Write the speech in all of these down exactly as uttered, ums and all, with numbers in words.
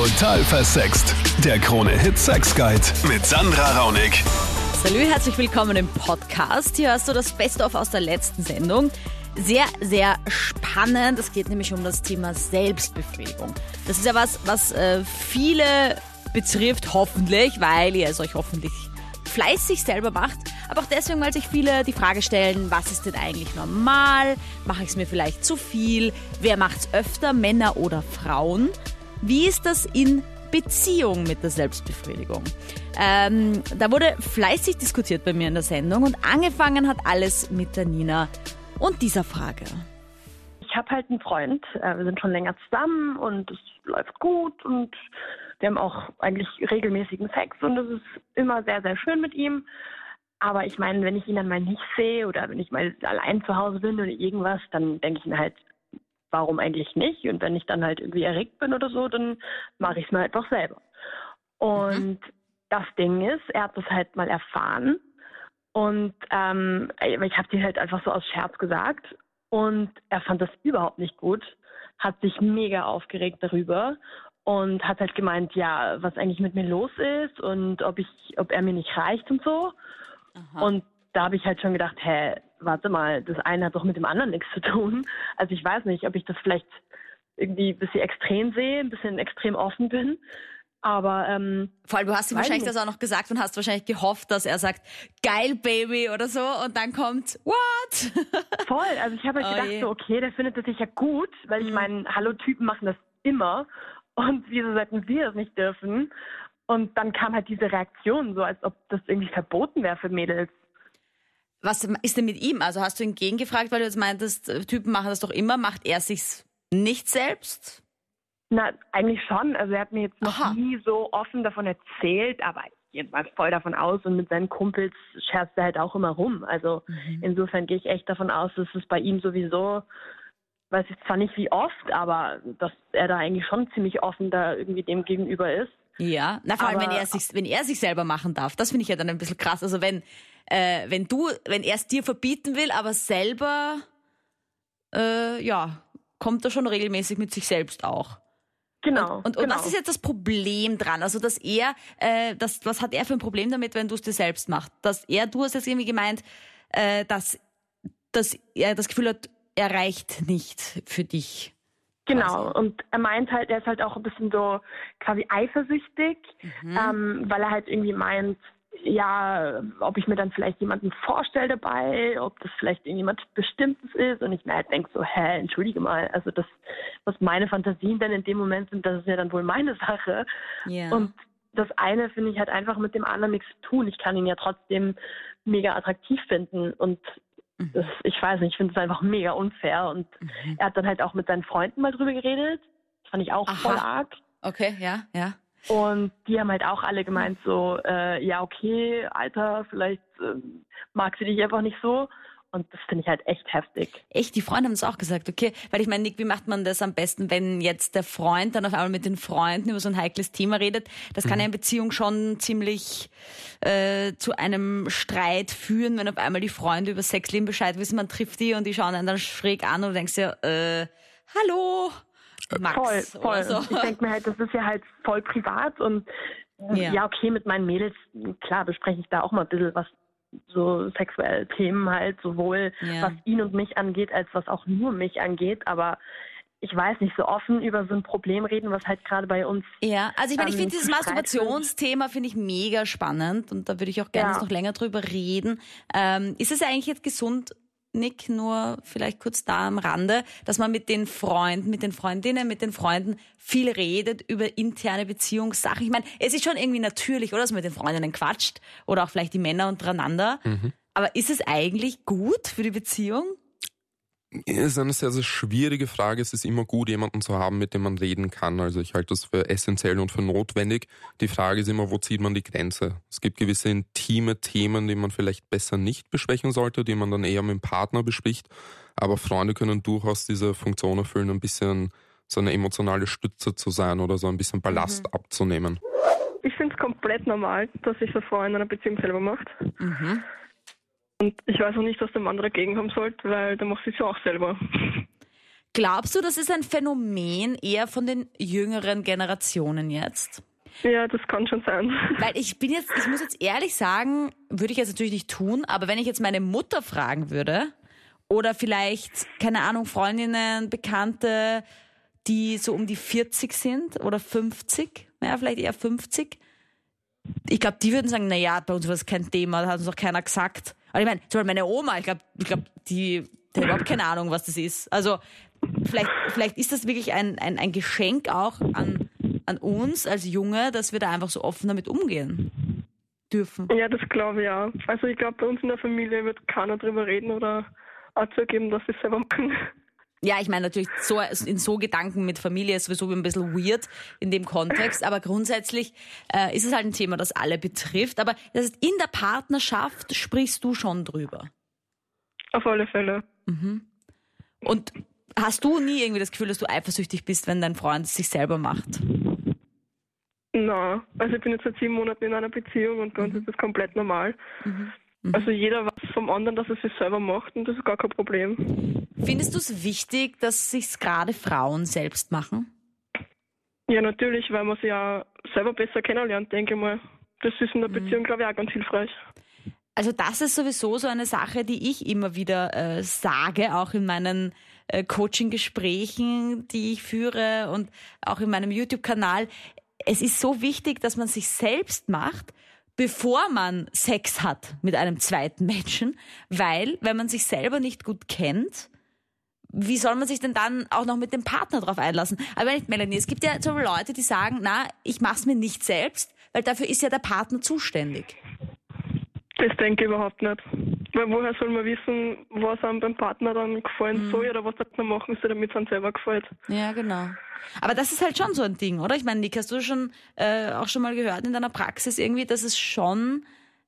Total versext. Der Krone-Hit Sex Guide mit Sandra Raunig. Salü, herzlich willkommen im Podcast. Hier hast du das Best-of aus der letzten Sendung. Sehr, sehr spannend. Es geht nämlich um das Thema Selbstbefriedigung. Das ist ja was, was äh, viele betrifft, hoffentlich, weil ihr es euch hoffentlich fleißig selber macht. Aber auch deswegen, weil sich viele die Frage stellen, was ist denn eigentlich normal? Mache ich es mir vielleicht zu viel? Wer macht es öfter, Männer oder Frauen? Wie ist das in Beziehung mit der Selbstbefriedigung? Ähm, da wurde fleißig diskutiert bei mir in der Sendung und angefangen hat alles mit der Nina und dieser Frage. Ich habe halt einen Freund, wir sind schon länger zusammen und es läuft gut und wir haben auch eigentlich regelmäßigen Sex und es ist immer sehr, sehr schön mit ihm. Aber ich meine, wenn ich ihn dann mal nicht sehe oder wenn ich mal allein zu Hause bin oder irgendwas, dann denke ich mir halt, warum eigentlich nicht? Und wenn ich dann halt irgendwie erregt bin oder so, dann mache ich es mir einfach selber. Und mhm. das Ding ist, er hat das halt mal erfahren und ähm, ich habe dir halt einfach so aus Scherz gesagt und er fand das überhaupt nicht gut, hat sich mega aufgeregt darüber und hat halt gemeint, ja, was eigentlich mit mir los ist und ob ich, ob er mir nicht reicht und so. Aha. Und da habe ich halt schon gedacht, hä, warte mal, das eine hat doch mit dem anderen nichts zu tun. Also ich weiß nicht, ob ich das vielleicht irgendwie ein bisschen extrem sehe, ein bisschen extrem offen bin. Aber ähm, vor allem, du hast ihm wahrscheinlich nicht. das auch noch gesagt und hast wahrscheinlich gehofft, dass er sagt, geil, Baby oder so. Und dann kommt, what? Voll, also ich habe halt oh gedacht, so, okay, der findet das sicher gut, weil ich mhm. meine, hallo, Typen machen das immer. Und wieso sollten wir das nicht dürfen? Und dann kam halt diese Reaktion, so als ob das irgendwie verboten wäre für Mädels. Was ist denn mit ihm? Also hast du ihn gegengefragt, weil du jetzt meintest, Typen machen das doch immer, macht er sich's nicht selbst? Na, eigentlich schon. Also er hat mir jetzt noch Aha. nie so offen davon erzählt, aber ich gehe jetzt mal voll davon aus und mit seinen Kumpels scherzt er halt auch immer rum. Also mhm. insofern gehe ich echt davon aus, dass es bei ihm sowieso, weiß ich zwar nicht wie oft, aber dass er da eigentlich schon ziemlich offen da irgendwie dem gegenüber ist. Ja, na vor allem, wenn er sich, wenn er sich selber machen darf, das finde ich ja dann ein bisschen krass. Also wenn, äh, wenn du, wenn er es dir verbieten will, aber selber, äh, ja, kommt er schon regelmäßig mit sich selbst auch. Genau. Und, und, und genau. was ist jetzt das Problem dran? Also, dass er, äh, das, was hat er für ein Problem damit, wenn du es dir selbst machst? Dass er, du hast jetzt irgendwie gemeint, äh, dass, dass er das Gefühl hat, er reicht nicht für dich. Genau, und er meint halt, er ist halt auch ein bisschen so quasi eifersüchtig, mhm. ähm, weil er halt irgendwie meint, ja, ob ich mir dann vielleicht jemanden vorstelle dabei, ob das vielleicht irgendjemand Bestimmtes ist und ich mir halt denke so, hä, entschuldige mal, also das, was meine Fantasien denn in dem Moment sind, das ist ja dann wohl meine Sache. Yeah. Und das eine finde ich halt einfach mit dem anderen nichts zu tun. Ich kann ihn ja trotzdem mega attraktiv finden und Das, ich weiß nicht, ich finde es einfach mega unfair und mhm. er hat dann halt auch mit seinen Freunden mal drüber geredet. Das fand ich auch Aha. voll arg. Okay, ja, ja. Und die haben halt auch alle gemeint so, äh, ja okay, Alter, vielleicht äh, mag sie dich einfach nicht so. Und das finde ich halt echt heftig. Echt? Die Freunde haben es auch gesagt, okay? Weil ich meine, Nick, wie macht man das am besten, wenn jetzt der Freund dann auf einmal mit den Freunden über so ein heikles Thema redet? Das kann ja in Beziehung schon ziemlich äh, zu einem Streit führen, wenn auf einmal die Freunde über Sexleben Bescheid wissen, man trifft die und die schauen einen dann schräg an und du denkst dir, äh, hallo, Max. Voll, voll. Oder so. Ich denke mir halt, das ist ja halt voll privat und ja. ja, okay, mit meinen Mädels, klar, bespreche ich da auch mal ein bisschen was, so sexuelle Themen halt, sowohl ja. was ihn und mich angeht, als was auch nur mich angeht, aber ich weiß nicht, so offen über so ein Problem reden, was halt gerade bei uns Ja, also ich meine, ich ähm, finde dieses Masturbationsthema finde ich mega spannend und da würde ich auch gerne ja. noch länger drüber reden. Ähm, ist es eigentlich jetzt gesund, Nick, nur vielleicht kurz da am Rande, dass man mit den Freunden, mit den Freundinnen, mit den Freunden viel redet über interne Beziehungssachen. Ich meine, es ist schon irgendwie natürlich, oder, dass man mit den Freundinnen quatscht oder auch vielleicht die Männer untereinander. Mhm. Aber ist es eigentlich gut für die Beziehung? Es ist eine sehr, sehr schwierige Frage. Es ist immer gut, jemanden zu haben, mit dem man reden kann. Also ich halte das für essentiell und für notwendig. Die Frage ist immer, wo zieht man die Grenze? Es gibt gewisse intime Themen, die man vielleicht besser nicht besprechen sollte, die man dann eher mit dem Partner bespricht. Aber Freunde können durchaus diese Funktion erfüllen, ein bisschen so eine emotionale Stütze zu sein oder so ein bisschen Ballast mhm. abzunehmen. Ich finde es komplett normal, dass sich eine Frau in einer Beziehung selber macht. Mhm. Und ich weiß auch nicht, was der Mann dagegen haben sollte, weil der macht sich ja auch selber. Glaubst du, das ist ein Phänomen eher von den jüngeren Generationen jetzt? Ja, das kann schon sein. Weil ich bin jetzt, ich muss jetzt ehrlich sagen, würde ich jetzt natürlich nicht tun, aber wenn ich jetzt meine Mutter fragen würde oder vielleicht, keine Ahnung, Freundinnen, Bekannte, die so um die vierzig sind oder fünfzig, naja, vielleicht eher fünfzig, ich glaube, die würden sagen, naja, bei uns war das kein Thema, da hat uns auch keiner gesagt. Aber ich meine, zum Beispiel meine Oma, ich glaube, ich glaub, die, die hat überhaupt keine Ahnung, was das ist. Also vielleicht, vielleicht ist das wirklich ein, ein, ein Geschenk auch an an uns als Junge, dass wir da einfach so offen damit umgehen dürfen. Ja, das glaube ich auch. Also ich glaube, bei uns in der Familie wird keiner drüber reden oder auch zugeben, dass sie es selber machen. Ja, ich meine natürlich, so, in so Gedanken mit Familie ist sowieso ein bisschen weird in dem Kontext, aber grundsätzlich äh, ist es halt ein Thema, das alle betrifft. Aber das heißt, in der Partnerschaft sprichst du schon drüber? Auf alle Fälle. Mhm. Und hast du nie irgendwie das Gefühl, dass du eifersüchtig bist, wenn dein Freund es sich selber macht? Nein, also ich bin jetzt seit sieben Monaten in einer Beziehung und bei uns ist das komplett normal. Mhm. Mhm. Also jeder weiß vom anderen, dass er es sich selber macht und das ist gar kein Problem. Findest du es wichtig, dass sich gerade Frauen selbst machen? Ja, natürlich, weil man sie ja selber besser kennenlernt, denke ich mal. Das ist in der Beziehung, mhm. glaube ich, auch ganz hilfreich. Also das ist sowieso so eine Sache, die ich immer wieder äh, sage, auch in meinen äh, Coaching-Gesprächen, die ich führe und auch in meinem YouTube-Kanal. Es ist so wichtig, dass man sich selbst macht, bevor man Sex hat mit einem zweiten Menschen, weil, wenn man sich selber nicht gut kennt, wie soll man sich denn dann auch noch mit dem Partner drauf einlassen? Aber nicht, Melanie, es gibt ja so Leute, die sagen, na, ich mach's mir nicht selbst, weil dafür ist ja der Partner zuständig. Das denke ich überhaupt nicht. Weil woher soll man wissen, was einem beim Partner dann gefallen mhm. soll oder was man machen soll, damit es einem selber gefällt. Ja, genau. Aber das ist halt schon so ein Ding, oder? Ich meine, Nick, hast du schon äh, auch schon mal gehört in deiner Praxis irgendwie, dass es schon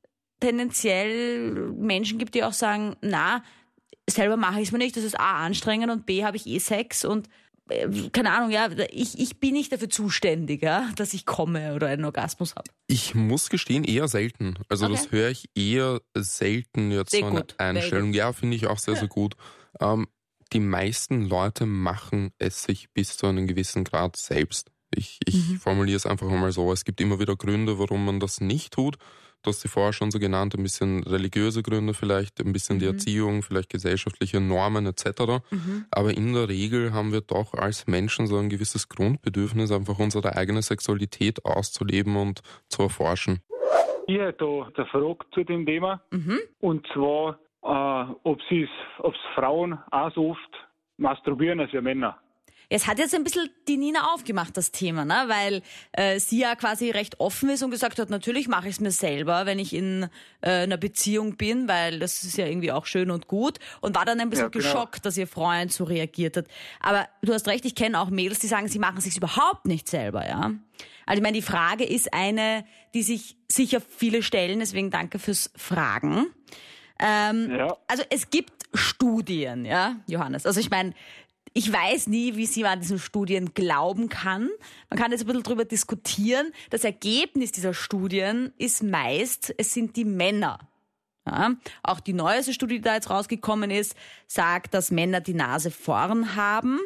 tendenziell Menschen gibt, die auch sagen, na, selber mache ich es mir nicht, das ist A, anstrengend und B, habe ich eh Sex und äh, keine Ahnung, ja, ich, ich bin nicht dafür zuständig, ja, dass ich komme oder einen Orgasmus habe. Ich muss gestehen, eher selten. Also okay. Das höre ich eher selten jetzt sehr so eine gut. Einstellung. Ja, finde ich auch sehr, sehr gut. Ähm, die meisten Leute machen es sich bis zu einem gewissen Grad selbst. Ich, ich mhm. formuliere es einfach mal so. Es gibt immer wieder Gründe, warum man das nicht tut. Du hast sie vorher schon so genannt, ein bisschen religiöse Gründe vielleicht, ein bisschen mhm. die Erziehung, vielleicht gesellschaftliche Normen et cetera. Mhm. Aber in der Regel haben wir doch als Menschen so ein gewisses Grundbedürfnis, einfach unsere eigene Sexualität auszuleben und zu erforschen. Ich hätte da eine Frage zu dem Thema. Mhm. Und zwar, äh, ob es Frauen auch so oft masturbieren als wir Männer. Es hat jetzt ein bisschen die Nina aufgemacht, das Thema, ne? Weil äh, sie ja quasi recht offen ist und gesagt hat, natürlich mache ich es mir selber, wenn ich in äh, einer Beziehung bin, weil das ist ja irgendwie auch schön und gut und war dann ein bisschen ja, genau. geschockt, dass ihr Freund so reagiert hat. Aber du hast recht, ich kenne auch Mädels, die sagen, sie machen es sich überhaupt nicht selber, ja. Also ich meine, die Frage ist eine, die sich sicher viele stellen, deswegen danke fürs Fragen. Ähm, ja. Also es gibt Studien, ja, Johannes. Also ich meine, ich weiß nie, wie sie an diesen Studien glauben kann. Man kann jetzt ein bisschen drüber diskutieren. Das Ergebnis dieser Studien ist meist, es sind die Männer. Ja, auch die neueste Studie, die da jetzt rausgekommen ist, sagt, dass Männer die Nase vorn haben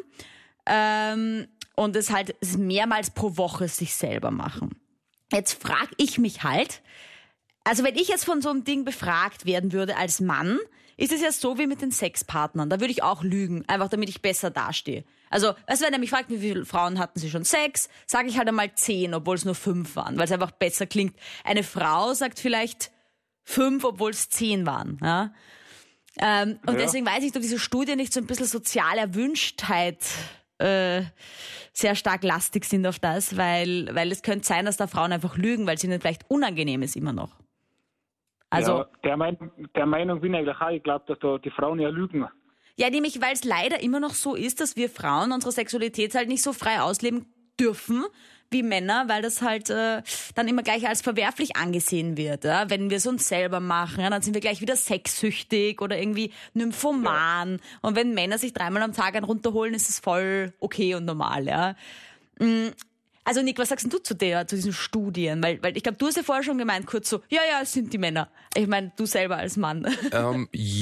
ähm, und es halt mehrmals pro Woche sich selber machen. Jetzt frage ich mich halt, also wenn ich jetzt von so einem Ding befragt werden würde als Mann, ist es ja so wie mit den Sexpartnern. Da würde ich auch lügen, einfach damit ich besser dastehe. Also, weißt du, wenn er mich fragt, wie viele Frauen hatten sie schon Sex, sage ich halt einmal zehn, obwohl es nur fünf waren, weil es einfach besser klingt. Eine Frau sagt vielleicht fünf, obwohl es zehn waren. Ja? Ähm, und ja. deswegen weiß ich, ob diese Studie nicht so ein bisschen soziale Erwünschtheit äh, sehr stark lastig sind auf das, weil, weil es könnte sein, dass da Frauen einfach lügen, weil es ihnen vielleicht unangenehm ist immer noch. Also, ja, der, mein, der Meinung bin ich eigentlich auch. Ich glaube, dass da die Frauen ja lügen. Ja, nämlich, weil es leider immer noch so ist, dass wir Frauen unsere Sexualität halt nicht so frei ausleben dürfen wie Männer, weil das halt äh, dann immer gleich als verwerflich angesehen wird. Ja? Wenn wir es uns selber machen, ja, dann sind wir gleich wieder sexsüchtig oder irgendwie nymphoman. Ja. Und wenn Männer sich dreimal am Tag einen runterholen, ist es voll okay und normal. Ja. Mhm. Also Nick, was sagst denn du zu der, zu diesen Studien? Weil, weil ich glaube, du hast ja vorher schon gemeint, kurz so, ja, ja, es sind die Männer. Ich meine, du selber als Mann. Ähm, ja,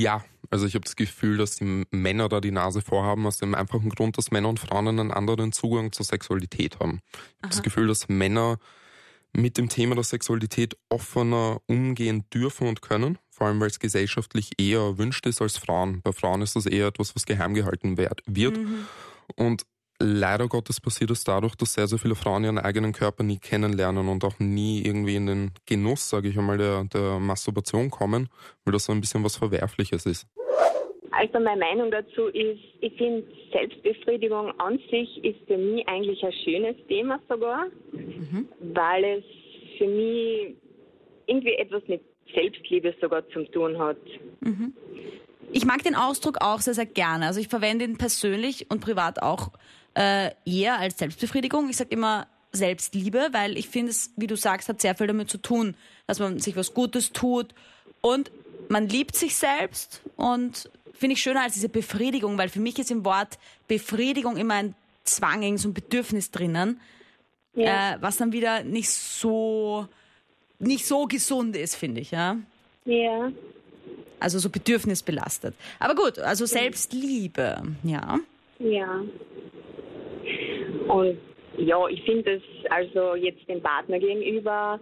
Also ich habe das Gefühl, dass die Männer da die Nase vorhaben, aus dem einfachen Grund, dass Männer und Frauen einen anderen Zugang zur Sexualität haben. Ich habe das Gefühl, dass Männer mit dem Thema der Sexualität offener umgehen dürfen und können, vor allem weil es gesellschaftlich eher erwünscht ist als Frauen. Bei Frauen ist das eher etwas, was geheim gehalten wird. Mhm. Und leider Gottes passiert es dadurch, dass sehr, sehr viele Frauen ihren eigenen Körper nie kennenlernen und auch nie irgendwie in den Genuss, sage ich einmal, der, der Masturbation kommen, weil das so ein bisschen was Verwerfliches ist. Also meine Meinung dazu ist, ich finde, Selbstbefriedigung an sich ist für mich eigentlich ein schönes Thema sogar, mhm. weil es für mich irgendwie etwas mit Selbstliebe sogar zu tun hat. Mhm. Ich mag den Ausdruck auch sehr, sehr gerne. Also ich verwende ihn persönlich und privat auch äh, eher als Selbstbefriedigung. Ich sage immer Selbstliebe, weil ich finde es, wie du sagst, hat sehr viel damit zu tun, dass man sich was Gutes tut und man liebt sich selbst und finde ich schöner als diese Befriedigung, weil für mich ist im Wort Befriedigung immer ein Zwang, so ein Bedürfnis drinnen, ja. äh, was dann wieder nicht so nicht so gesund ist, finde ich. Ja. Ja. Also so bedürfnisbelastet. Aber gut, also Selbstliebe, ja. Ja. Und ja, ich finde es also jetzt dem Partner gegenüber,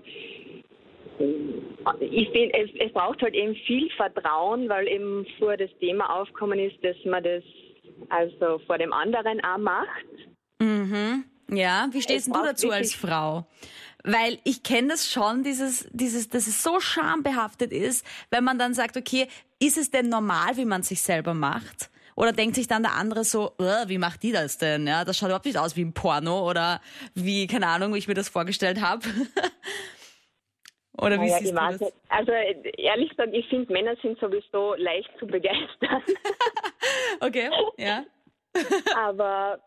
ich finde, es, es braucht halt eben viel Vertrauen, weil eben vor das Thema aufgekommen ist, dass man das also vor dem anderen auch macht. Mhm. Ja, wie stehst du dazu als Frau? Weil ich kenne das schon, dieses, dieses, dass es so schambehaftet ist, wenn man dann sagt, okay, ist es denn normal, wie man sich selber macht? Oder denkt sich dann der andere so, wie macht die das denn? Ja, das schaut überhaupt nicht aus wie ein Porno oder wie, keine Ahnung, wie ich mir das vorgestellt habe. Oder wie naja, siehst ich du weiß das? Nicht. Also ehrlich gesagt, ich finde, Männer sind sowieso leicht zu begeistern. Okay, ja. Aber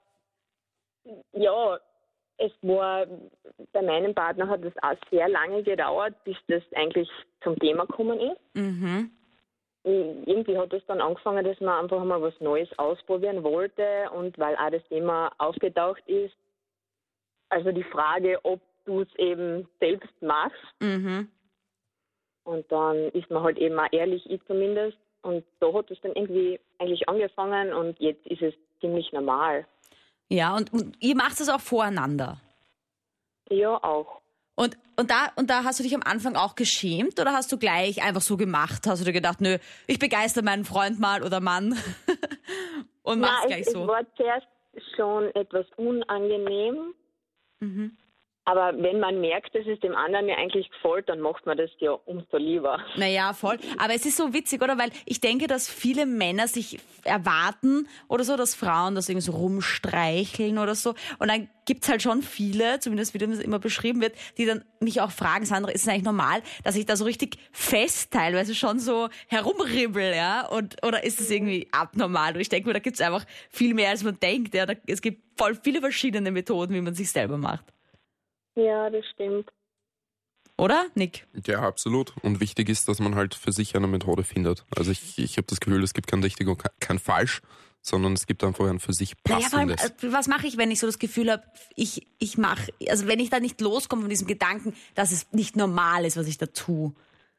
ja, es war, bei meinem Partner hat es auch sehr lange gedauert, bis das eigentlich zum Thema gekommen ist. Mhm. Irgendwie hat es dann angefangen, dass man einfach mal was Neues ausprobieren wollte und weil auch das Thema aufgetaucht ist, also die Frage, ob du es eben selbst machst. Mhm. Und dann ist man halt eben auch ehrlich, ich zumindest. Und da hat es dann irgendwie eigentlich angefangen und jetzt ist es ziemlich normal. Ja, und, und ihr macht es auch voreinander? Ja, auch. Und, und, da, und da hast du dich am Anfang auch geschämt oder hast du gleich einfach so gemacht? Hast du dir gedacht, nö, ich begeister meinen Freund mal oder Mann und mach's Nein, gleich es, so? Es war zuerst schon etwas unangenehm. Mhm. Aber wenn man merkt, dass es dem anderen ja eigentlich gefällt, dann macht man das ja umso lieber. Naja, voll. Aber es ist so witzig, oder? Weil ich denke, dass viele Männer sich erwarten oder so, dass Frauen das irgendwie so rumstreicheln oder so. Und dann gibt's halt schon viele, zumindest wie das immer beschrieben wird, die dann mich auch fragen, Sandra, ist es eigentlich normal, dass ich da so richtig fest teilweise schon so herumribbel, ja? Und, oder ist es irgendwie abnormal? Und ich denke mir, da gibt's einfach viel mehr, als man denkt. Ja? Da, es gibt voll viele verschiedene Methoden, wie man sich selber macht. Ja, das stimmt. Oder, Nick? Ja, absolut. Und wichtig ist, dass man halt für sich eine Methode findet. Also ich, ich habe das Gefühl, es gibt kein richtig und kein falsch, sondern es gibt einfach ein für sich passendes. Ja, allem, was mache ich, wenn ich so das Gefühl habe, ich, ich mache, also wenn ich da nicht loskomme von diesem Gedanken, dass es nicht normal ist, was ich da tue.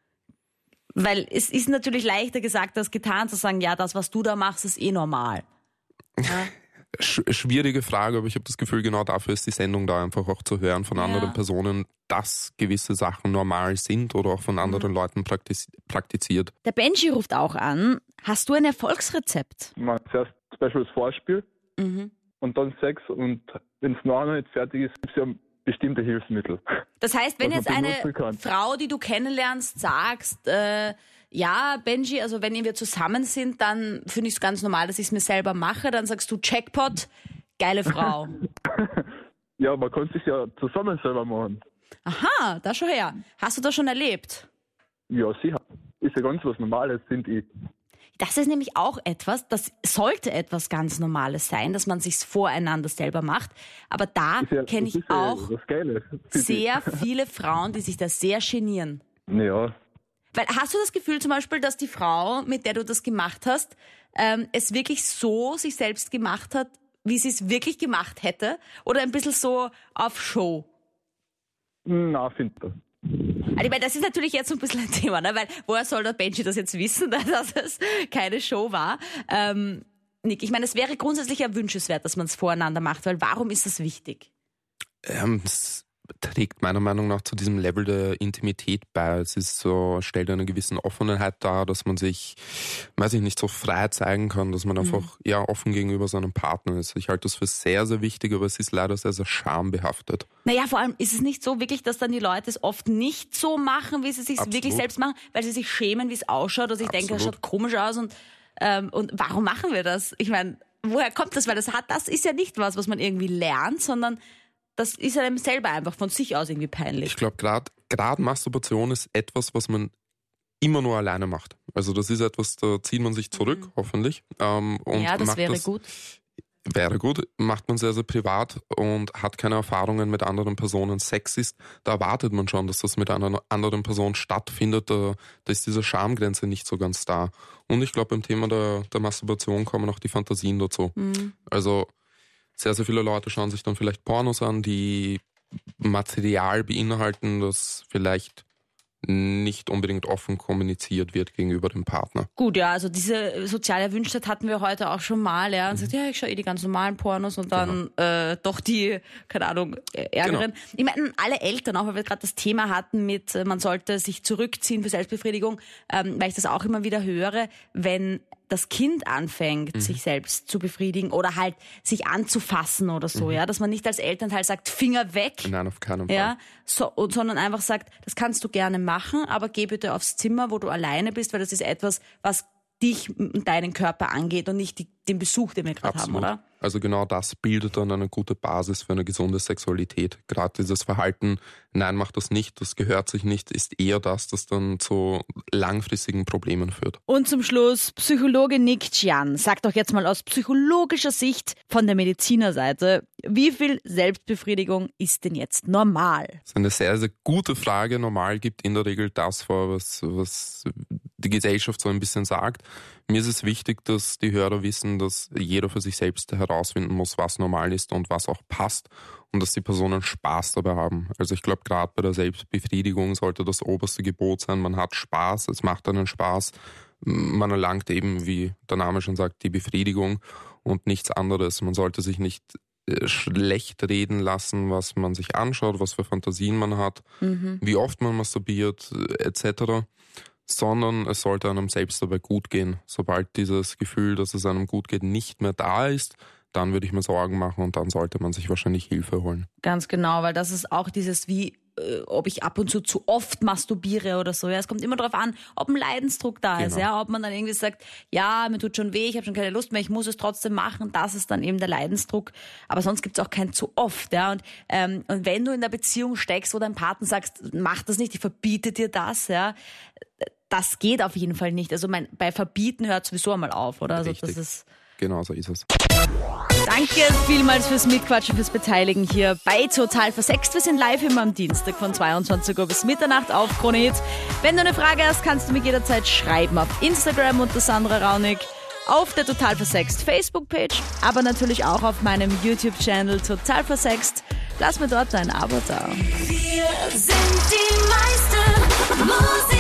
Weil es ist natürlich leichter gesagt als getan zu sagen, ja, das, was du da machst, ist eh normal. Ja. Schwierige Frage, aber ich habe das Gefühl, genau dafür ist die Sendung da, einfach auch zu hören von ja. anderen Personen, dass gewisse Sachen normal sind oder auch von anderen mhm. Leuten praktiz- praktiziert. Der Benji ruft auch an. Hast du ein Erfolgsrezept? Man zuerst zum Beispiel das Vorspiel mhm. und dann Sex und wenn es noch nicht fertig ist, gibt es ja bestimmte Hilfsmittel. Das heißt, wenn jetzt eine Frau, die du kennenlernst, sagst, äh, ja, Benji, also wenn wir zusammen sind, dann finde ich es ganz normal, dass ich es mir selber mache. Dann sagst du, Jackpot, geile Frau. Ja, man kann es sich ja zusammen selber machen. Aha, da schon her. Hast du das schon erlebt? Ja, sicher. Ist ja ganz was Normales, finde ich. Das ist nämlich auch etwas, das sollte etwas ganz Normales sein, dass man sich's voreinander selber macht. Aber da ja, kenne ich auch ja Geile, sehr ich. viele Frauen, die sich da sehr genieren. Ja. Weil hast du das Gefühl zum Beispiel, dass die Frau, mit der du das gemacht hast, ähm, es wirklich so sich selbst gemacht hat, wie sie es wirklich gemacht hätte? Oder ein bisschen so auf Show? Na, finde ich. Also ich meine, das ist natürlich jetzt so ein bisschen ein Thema, ne? Weil woher soll der Benji das jetzt wissen, dass es keine Show war? Ähm, Nick, ich meine, es wäre grundsätzlich ja wünschenswert, dass man es voreinander macht, weil warum ist das wichtig? Ähm, es trägt meiner Meinung nach zu diesem Level der Intimität bei. Es ist so, stellt eine gewisse Offenheit dar, dass man sich, weiß ich nicht, so frei zeigen kann, dass man einfach mhm. ja offen gegenüber seinem Partner ist. Ich halte das für sehr, sehr wichtig, aber es ist leider sehr, sehr schambehaftet. Naja, vor allem ist es nicht so wirklich, dass dann die Leute es oft nicht so machen, wie sie es sich wirklich selbst machen, weil sie sich schämen, wie es ausschaut, oder sich denken, das schaut komisch aus und, ähm, und warum machen wir das? Ich meine, woher kommt das? Weil das hat, das ist ja nicht was, was man irgendwie lernt, sondern das ist einem selber einfach von sich aus irgendwie peinlich. Ich glaube, gerade gerade Masturbation ist etwas, was man immer nur alleine macht. Also das ist etwas, da zieht man sich zurück, mhm. hoffentlich. Ähm, und ja, das macht wäre das, gut. Wäre gut, macht man sehr, sehr privat und hat keine Erfahrungen mit anderen Personen. Sex ist, da erwartet man schon, dass das mit einer anderen Person stattfindet. Da, da ist diese Schamgrenze nicht so ganz da. Und ich glaube, beim Thema der, der Masturbation kommen auch die Fantasien dazu. Mhm. Also sehr, sehr viele Leute schauen sich dann vielleicht Pornos an, die Material beinhalten, das vielleicht nicht unbedingt offen kommuniziert wird gegenüber dem Partner. Gut, ja, also diese soziale Erwünschtheit hatten wir heute auch schon mal, ja, und mhm. sagt, ja, ich schaue eh die ganz normalen Pornos und dann genau. äh, doch die, keine Ahnung, ärgeren. Genau. Ich meine, alle Eltern, auch weil wir gerade das Thema hatten mit, man sollte sich zurückziehen für Selbstbefriedigung, ähm, weil ich das auch immer wieder höre, wenn das Kind anfängt, mhm. sich selbst zu befriedigen oder halt sich anzufassen oder so, mhm. ja, dass man nicht als Elternteil sagt, Finger weg. Nein, auf keinen Fall. Ja, so, sondern einfach sagt, das kannst du gerne machen, aber geh bitte aufs Zimmer, wo du alleine bist, weil das ist etwas, was dich und deinen Körper angeht und nicht die, den Besuch, den wir gerade haben, oder? Also genau das bildet dann eine gute Basis für eine gesunde Sexualität. Gerade dieses Verhalten, nein, mach das nicht, das gehört sich nicht, ist eher das, das dann zu langfristigen Problemen führt. Und zum Schluss, Psychologe Nick Gian sagt doch jetzt mal aus psychologischer Sicht von der Medizinerseite, wie viel Selbstbefriedigung ist denn jetzt normal? Das ist eine sehr, sehr gute Frage. Normal gibt in der Regel das vor, was, was die Gesellschaft so ein bisschen sagt. Mir ist es wichtig, dass die Hörer wissen, dass jeder für sich selbst herausfinden muss, was normal ist und was auch passt und dass die Personen Spaß dabei haben. Also ich glaube, gerade bei der Selbstbefriedigung sollte das oberste Gebot sein, man hat Spaß, es macht einen Spaß, man erlangt eben, wie der Name schon sagt, die Befriedigung und nichts anderes. Man sollte sich nicht schlecht reden lassen, was man sich anschaut, was für Fantasien man hat, mhm. wie oft man masturbiert, et cetera, sondern es sollte einem selbst dabei gut gehen. Sobald dieses Gefühl, dass es einem gut geht, nicht mehr da ist, dann würde ich mir Sorgen machen und dann sollte man sich wahrscheinlich Hilfe holen. Ganz genau, weil das ist auch dieses, wie äh, ob ich ab und zu zu oft masturbiere oder so. Ja, es kommt immer darauf an, ob ein Leidensdruck da genau. ist, ja, ob man dann irgendwie sagt, ja, mir tut schon weh, ich habe schon keine Lust mehr, ich muss es trotzdem machen. Das ist dann eben der Leidensdruck. Aber sonst gibt es auch kein zu oft, ja. Und ähm, und wenn du in der Beziehung steckst, wo dein Partner sagt, mach das nicht, ich verbiete dir das, ja. Das geht auf jeden Fall nicht. Also mein, bei Verbieten hört sowieso einmal auf, oder? Also das ist genau so ist es. Danke vielmals fürs Mitquatschen, fürs Beteiligen hier bei Total Versext. Wir sind live immer am Dienstag von zweiundzwanzig Uhr bis Mitternacht auf Krone Hit. Wenn du eine Frage hast, kannst du mir jederzeit schreiben auf Instagram unter Sandra Raunig, auf der Total Versext Facebook-Page, aber natürlich auch auf meinem YouTube-Channel Total Versext. Lass mir dort ein Abo da. Wir sind die Meister Musik.